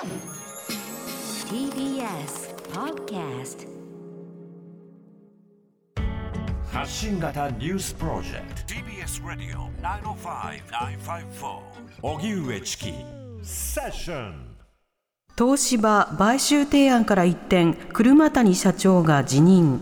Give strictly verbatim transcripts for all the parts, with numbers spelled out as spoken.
ティービーエス Podcast 発信型ニュースプロジェクト ティービーエス ラディオ きゅうまるご きゅうごよん荻上チキセッション。 東芝買収提案から一転、車谷社長が辞任。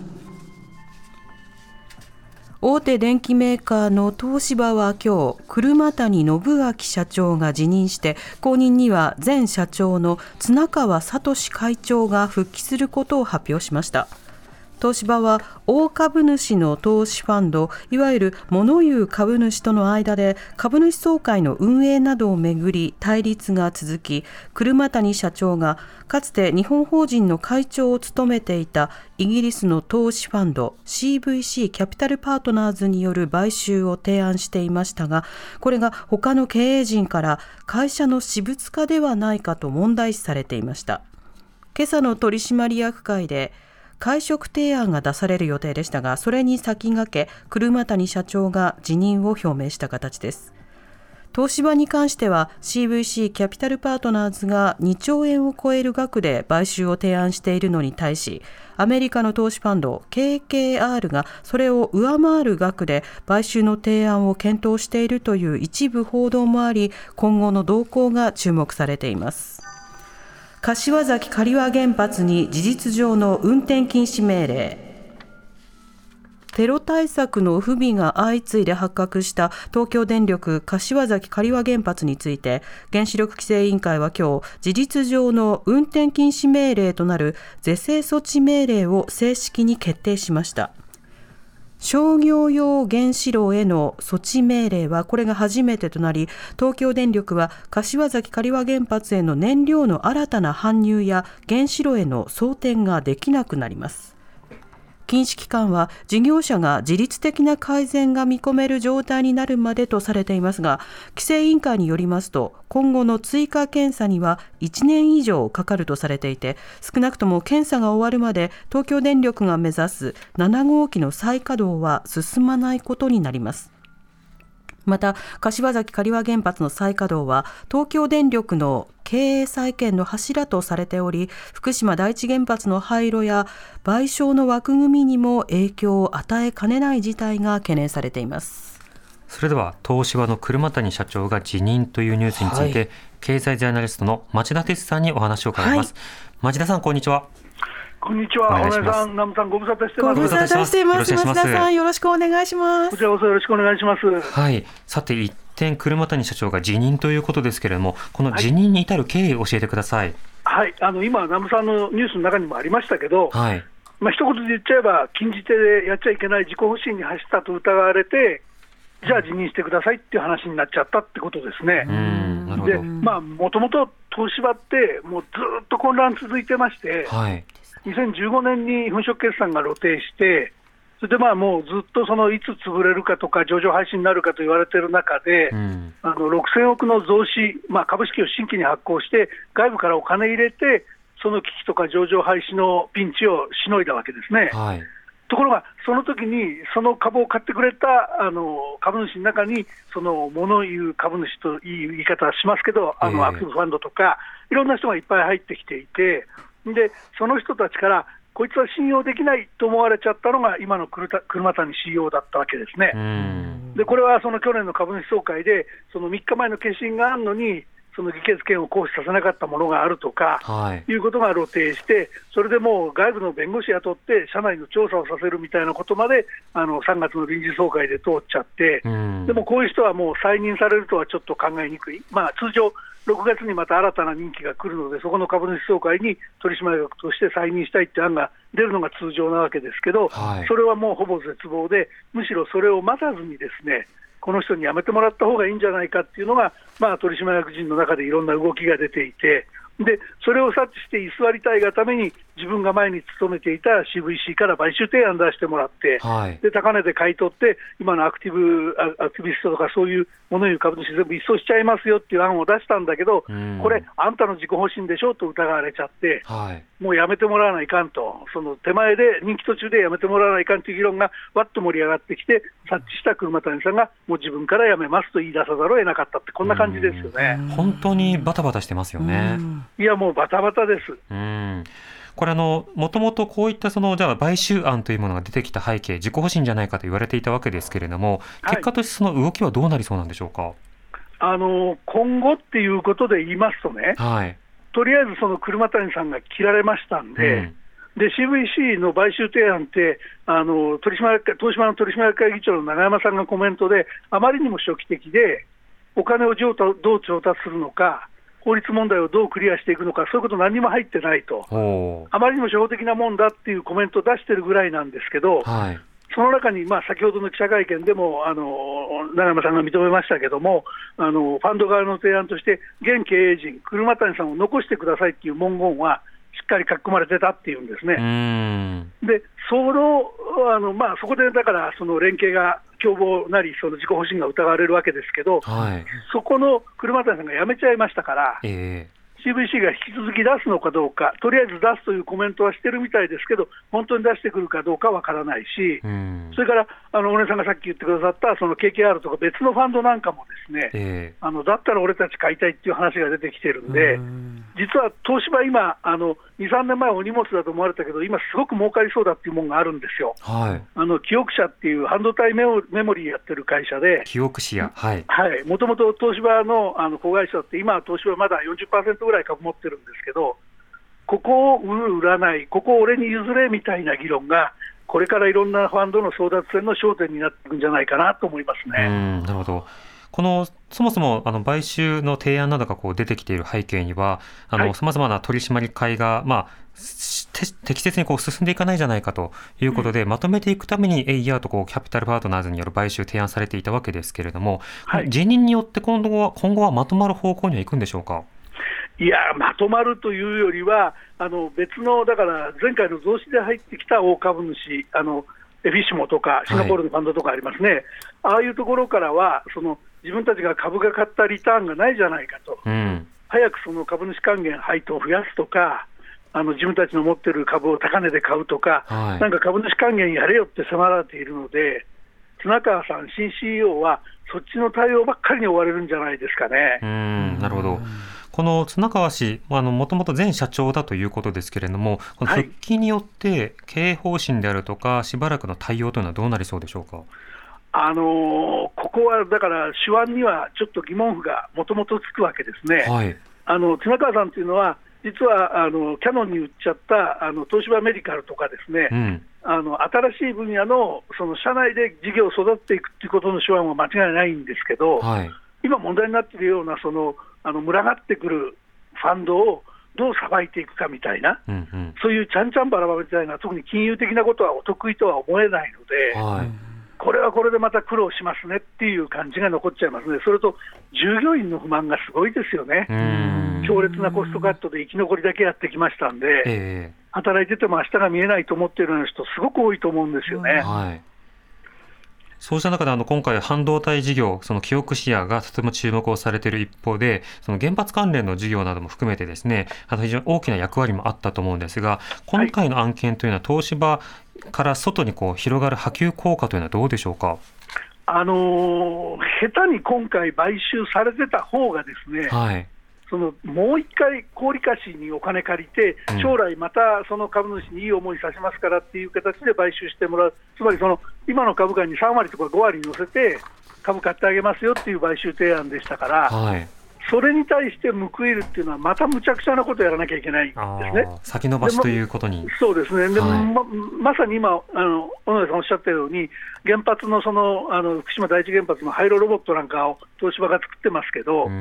大手電機メーカーの東芝は今日、車谷信明社長が辞任して、後任には前社長の綱川聡会長が復帰することを発表しました。東芝は大株主の投資ファンド、いわゆる物言う株主との間で株主総会の運営などをめぐり対立が続き、車谷社長がかつて日本法人の会長を務めていたイギリスの投資ファンド シーブイシー キャピタルパートナーズによる買収を提案していましたが、これが他の経営陣から会社の私物化ではないかと問題視されていました。今朝の取締役会で会食提案が出される予定でしたが、それに先駆け車谷社長が辞任を表明した形です。東芝に関しては シーブイシー キャピタルパートナーズがにちょうえんを超える額で買収を提案しているのに対し、アメリカの投資ファンド ケーケーアール がそれを上回る額で買収の提案を検討しているという一部報道もあり、今後の動向が注目されています。柏崎刈羽原発に事実上の運転禁止命令。テロ対策の不備が相次いで発覚した東京電力柏崎刈羽原発について、原子力規制委員会は今日、事実上の運転禁止命令となる是正措置命令を正式に決定しました。商業用原子炉への措置命令はこれが初めてとなり、東京電力は柏崎刈羽原発への燃料の新たな搬入や原子炉への装填ができなくなります。禁止期間は事業者が自律的な改善が見込める状態になるまでとされていますが、規制委員会によりますと、今後の追加検査にはいちねん以上かかるとされていて、少なくとも検査が終わるまで東京電力が目指すななごうきの再稼働は進まないことになります。また、柏崎刈羽原発の再稼働は東京電力の経営再建の柱とされており、福島第一原発の廃炉や賠償の枠組みにも影響を与えかねない事態が懸念されています。 それでは東芝の車谷社長が辞任というニュースについて、はい、経済ジャーナリストの町田哲さんにお話を伺います、はい、町田さん、こんにちは。 こんにちは。お願いします。さん、ナムさん、ご無沙汰してます。 ご無沙汰してます。町田さん、よろしくお願いします。 こちらこそよろしくお願いします。 はい。さて、一点車谷社長が辞任ということですけれども、この辞任に至る経緯を教えてください。 はい。あの今ナムさんのニュースの中にもありましたけど、はい。まあ一言で言っちゃえば禁じ手でやっちゃいけない自己保身に走ったと疑われて、じゃあ辞任してくださいっていう話になっちゃったってことですね。うん。なるほど。で、まあもともと東芝ってもうずっと混乱続いてまして。はい。にせんじゅうごねんに粉飾決算が露呈して、それでまあもうずっとそのいつ潰れるかとか上場廃止になるかと言われている中で、うん、あのろくせんおくの増資、まあ、株式を新規に発行して外部からお金入れて、その危機とか上場廃止のピンチをしのいだわけですね。はい、ところがその時にその株を買ってくれたあの株主の中に、その物言う株主という言い方はしますけど、あのアクティブファンドとかいろんな人がいっぱい入ってきていて、でその人たちからこいつは信用できないと思われちゃったのが今の車谷 シーイーオー だったわけですね。でこれはその去年の株主総会でそのみっかまえの決心があるのに、その議決権を行使させなかったものがあるとか、はい、いうことが露呈して、それでもう外部の弁護士雇って社内の調査をさせるみたいなことまであのさんがつの臨時総会で通っちゃって、でもこういう人はもう再任されるとはちょっと考えにくい、まあ、通常ろくがつにまた新たな任期が来るので、そこの株主総会に取締役として再任したいって案が出るのが通常なわけですけど、はい、それはもうほぼ絶望で、むしろそれを待たずにですね、この人に辞めてもらった方がいいんじゃないかっていうのが、まあ、取締役陣の中でいろんな動きが出ていて、でそれを察知して居座りたいがために自分が前に勤めていた シーブイシー から買収提案出してもらって、はい、で高値で買い取って、今のアクティブアクティビストとかそういう物言う株主全部一掃しちゃいますよっていう案を出したんだけど、これ、あんたの自己保身でしょと疑われちゃって、はい、もうやめてもらわないかんと、その手前で人気途中でやめてもらわないかんという議論がわっと盛り上がってきて、察知した車谷さんがもう自分からやめますと言い出さざるを得なかったって、こんな感じですよね。 本当にバタバタしてますよね。 いや、もうバタバタです。 うんこれあの、もともとこういったそのじゃあ買収案というものが出てきた背景、自己保身じゃないかと言われていたわけですけれども、結果としてその動きはどうなりそうなんでしょうか。はい、 あの今後っていうことで言いますとね、はい、とりあえずその車谷さんが切られましたんで、うん、で シーブイシー の買収提案ってあの取締役東芝の取締役会議長の永山さんがコメントで、あまりにも初期的で、お金をどう調達するのか、法律問題をどうクリアしていくのか、そういうこと何にも入ってないと、あまりにも初歩的なもんだっていうコメントを出してるぐらいなんですけど、はい、その中に、まあ、先ほどの記者会見でもあの永山さんが認めましたけども、あのファンド側の提案として、現経営陣、車谷さんを残してくださいっていう文言はしっかり書き込まれてたっていうんですね。うーんでそのあの、まあ、そこでだからその連携が共謀なり、その自己保身が疑われるわけですけど、はい、そこの車谷さんが辞めちゃいましたから、えーシーブイシー が引き続き出すのかどうか、とりあえず出すというコメントはしてるみたいですけど、本当に出してくるかどうかわからないし、うん、それからあのお姉さんがさっき言ってくださったその ケーケーアール とか別のファンドなんかもですね、えー、あのだったら俺たち買いたいっていう話が出てきてるんで、ん実は東芝今あのに、さんねんまえお荷物だと思われたけど、今すごく儲かりそうだっていうものがあるんですよ。はい、あのキオクシアっていう半導体メモ、メモリーやってる会社で、 キオクシア、はい、 もともと東芝 の, あの子会社って、今は東芝まだ よんじゅっパーセント ぐらい株持ってるんですけど、ここを売る売らない、ここを俺に譲れみたいな議論がこれからいろんなファンドの争奪戦の焦点になっていくんじゃないかなと思いますね。 うん、なるほど。このそもそもあの買収の提案などがこう出てきている背景には、さまざまな取締会が、まあ、適切にこう進んでいかないじゃないかということで、うん、まとめていくためにエイヤーとこうキャピタルパートナーズによる買収提案されていたわけですけれども、はい、辞任によって今後は、今後はまとまる方向にはいくんでしょうか。 いや、まとまるというよりは、あの別の、だから前回の増資で入ってきた大株主、あのエフィッシモとかシンガポールのファンドとかありますね、はい、ああいうところからはその自分たちが株が買ったリターンがないじゃないかと、うん、早くその株主還元配当を増やすとか、あの自分たちの持っている株を高値で買うとか、はい、なんか株主還元やれよって迫られているので、綱川さん、新 シーイーオー はそっちの対応ばっかりに追われるんじゃないですかね。 うーん、なるほど。この綱川氏、もともと前社長だということですけれども、この復帰によって経営方針であるとか、しばらくの対応というのはどうなりそうでしょうか。 あのー、ここはだから手腕にはちょっと疑問符がもともとつくわけですね。はい、あの綱川さんというのは実はあのキャノンに売っちゃったあの東芝メディカルとかですね、うん、あの新しい分野 の, その社内で事業を育てていくということの手腕は間違いないんですけど、はい、今問題になっているようなそのあの群がってくるファンドをどうさばいていくかみたいな、うんうん、そういうちゃんちゃんばらばらみたいな、特に金融的なことはお得意とは思えないので、はい、これはこれでまた苦労しますねっていう感じが残っちゃいますね。それと従業員の不満がすごいですよね。強烈なコストカットで生き残りだけやってきましたんで、えー、働いてても明日が見えないと思っているような人すごく多いと思うんですよね。はい、 そうした中であの今回半導体事業、そのキオクシアがとても注目をされている一方で、その原発関連の事業なども含めてですね、あの非常に大きな役割もあったと思うんですが、今回の案件というのは東芝から外にこう広がる波及効果というのはどうでしょうか。 あのー、下手に今回買収されてた方がですね、はい、そのもう一回小売貸しにお金借りて、将来またその株主にいい思いさせますからっていう形で買収してもらう、つまりその今の株価にさんわりとかごわり乗せて株買ってあげますよっていう買収提案でしたから、はい、それに対して報いるっていうのはまたむちゃくちゃなことをやらなきゃいけないんですね。 先延ばしということに。 そうですね。でも、はい、ま, まさに今あの小野さんおっしゃったように、原発 の, そのあの福島第一原発の廃炉ロボットなんかを東芝が作ってますけど、うん、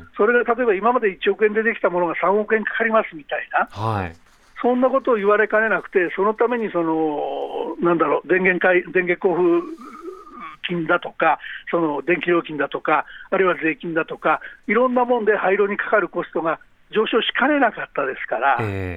それが例えば今までいちおくえんでできたものがさんおくえんかかりますみたいな、はい、そんなことを言われかねなくて、そのためにそのなんだろう電源会電源交付金だとか、その電気料金だとか、あるいは税金だとか、いろんなもんで廃炉にかかるコストが上昇しかねなかったですから、えー、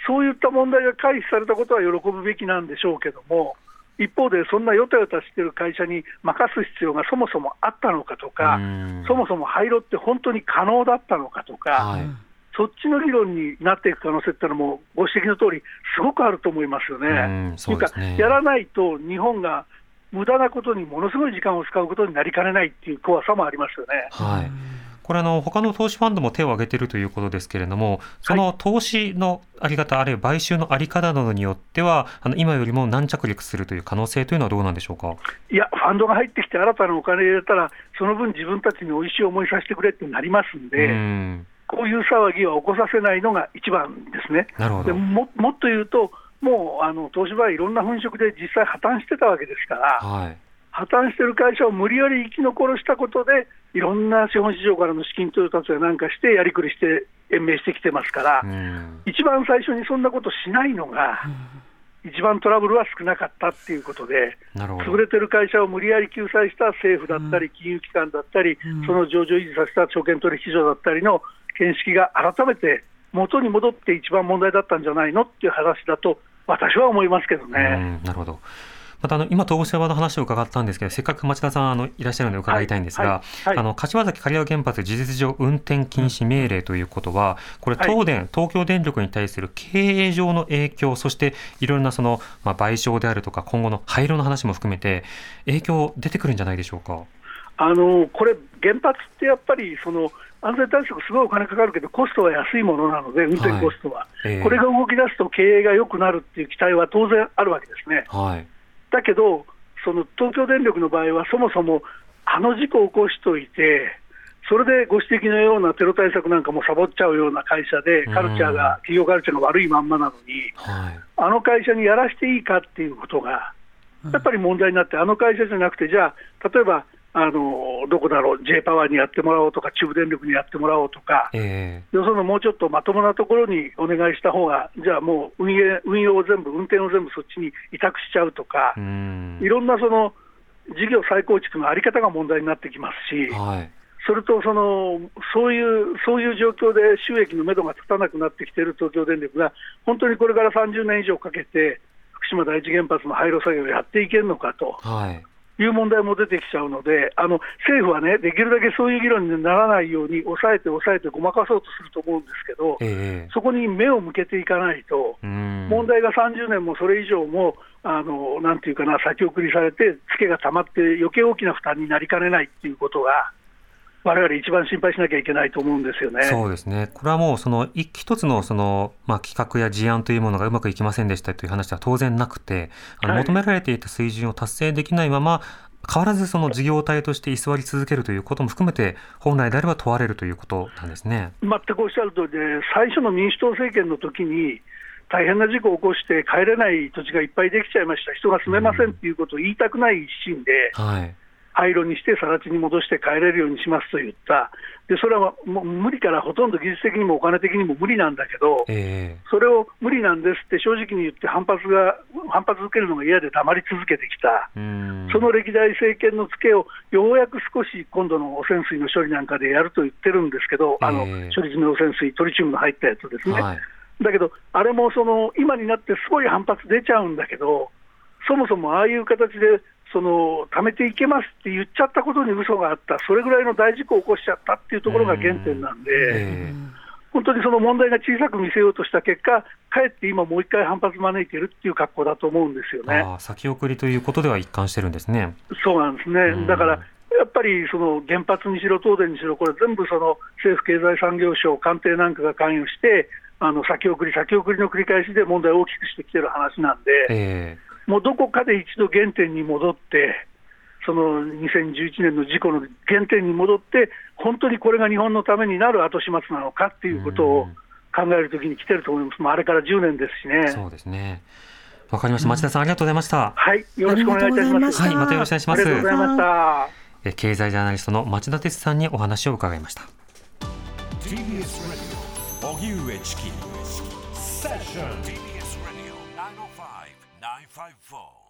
そういった問題が回避されたことは喜ぶべきなんでしょうけども、一方でそんなよたよたしている会社に任す必要がそもそもあったのかとか、そもそも廃炉って本当に可能だったのかとか、はい、そっちの議論になっていく可能性ってのもご指摘の通りすごくあると思いますよね。そうですね。というかやらないと日本が無駄なことにものすごい時間を使うことになりかねないっていう怖さもありますよね。 はい、これあの他の投資ファンドも手を挙げているということですけれども、その投資のあり方、あるいは買収のあり方などによってはあの今よりも軟着陸するという可能性というのはどうなんでしょうか。 いや、ファンドが入ってきて新たなお金入れたらその分自分たちにおいしい思いさせてくれってなりますんで、うんこういう騒ぎは起こさせないのが一番ですね。なるほど。で も, もっと言うともうあの東芝はいろんな粉飾で実際破綻してたわけですから、はい、破綻している会社を無理やり生き残したことでいろんな資本市場からの資金調達やなんかしてやりくりして延命してきてますから、うん、一番最初にそんなことしないのが、うん、一番トラブルは少なかったっていうことで、優れてる会社を無理やり救済した政府だったり金融機関だったり、うん、その上場維持させた証券取引所だったりの見識が改めて元に戻って一番問題だったんじゃないのっていう話だと私は思いますけどね。 うん、なるほど。またあの今東芝の話を伺ったんですけど、せっかく町田さんあのいらっしゃるので伺いたいんですが、はいはいはい、あの柏崎刈羽原発事実上運転禁止命令ということは、これ東電、はい、東京電力に対する経営上の影響、そしていろんなその、まあ、賠償であるとか今後の廃炉の話も含めて影響出てくるんじゃないでしょうか。 あのこれ原発ってやっぱりその安全対策すごいお金かかるけどコストは安いものなので、運転コストは、はいえー、これが動き出すと経営が良くなるっていう期待は当然あるわけですね。はい、だけどその東京電力の場合はそもそもあの事故を起こしておいて、それでご指摘のようなテロ対策なんかもサボっちゃうような会社で、カルチャーが企業カルチャーが悪いまんまなのに、はい、あの会社にやらせていいかっていうことがやっぱり問題になって、あの会社じゃなくてじゃあ例えばあのどこだろう J パワーにやってもらおうとか中部電力にやってもらおうとか、えー、よそのもうちょっとまともなところにお願いした方が、じゃあもう運営、運用を全部運転を全部そっちに委託しちゃうとか、うんいろんなその事業再構築の在り方が問題になってきますし、はい、それとそのそういうそういう状況で収益のめどが立たなくなってきている東京電力が本当にこれからさんじゅうねん以上かけて福島第一原発の廃炉作業をやっていけるのかと、はいいう問題も出てきちゃうので、あの政府はね、できるだけそういう議論にならないように抑えて抑えてごまかそうとすると思うんですけど、えー、そこに目を向けていかないと、問題がさんじゅうねんもそれ以上もあのなんていうかな、先送りされて、ツケがたまって余計大きな負担になりかねないっていうことが、我々一番心配しなきゃいけないと思うんですよね。 そうですね。これはもうその一つのその、まあ、企画や事案というものがうまくいきませんでしたという話は当然なくて、あの、はい、求められていた水準を達成できないまま変わらずその事業体として居座り続けるということも含めて本来であれば問われるということなんですね。 全くおっしゃる通りで、最初の民主党政権の時に大変な事故を起こして帰れない土地がいっぱいできちゃいました、人が住めませんということを言いたくない一心で、うんはい廃炉にして更地に戻して帰れるようにしますと言った。でそれはもう無理からほとんど技術的にもお金的にも無理なんだけど、えー、それを無理なんですって正直に言って反発が反発受けるのが嫌で黙り続けてきた。その歴代政権のツケをようやく少し今度の汚染水の処理なんかでやると言ってるんですけど、あの、えー、処理済み汚染水トリチウムの入ったやつですね、はい、だけどあれもその今になってすごい反発出ちゃうんだけど、そもそもああいう形でその貯めていけますって言っちゃったことに嘘があった、それぐらいの大事故を起こしちゃったっていうところが原点なんで、えー、本当にその問題が小さく見せようとした結果、かえって今もう一回反発招いているっていう格好だと思うんですよね。 あ、先送りということでは一貫してるんですね。 そうなんですね。だからやっぱりその原発にしろ東電にしろ、これ全部その政府経済産業省官邸なんかが関与してあの先送り先送りの繰り返しで問題を大きくしてきてる話なんで、えーもうどこかで一度原点に戻って、そのにせんじゅういちねんの事故の原点に戻って、本当にこれが日本のためになる後始末なのかっていうことを考えるときに来てると思います。もうあれからじゅうねんですしね。 そうですね。わかりました。町田さん、ありがとうございました。 はい、よろしくお願いいたします。 はい、またよろしくお願いします。 ありがとうございました。 え経済ジャーナリストの町田哲さんにお話を伺いました。 ティービーエス ラジオ荻上チキセッション ティービーエス ラジオナインオーファイブナインファイブフォー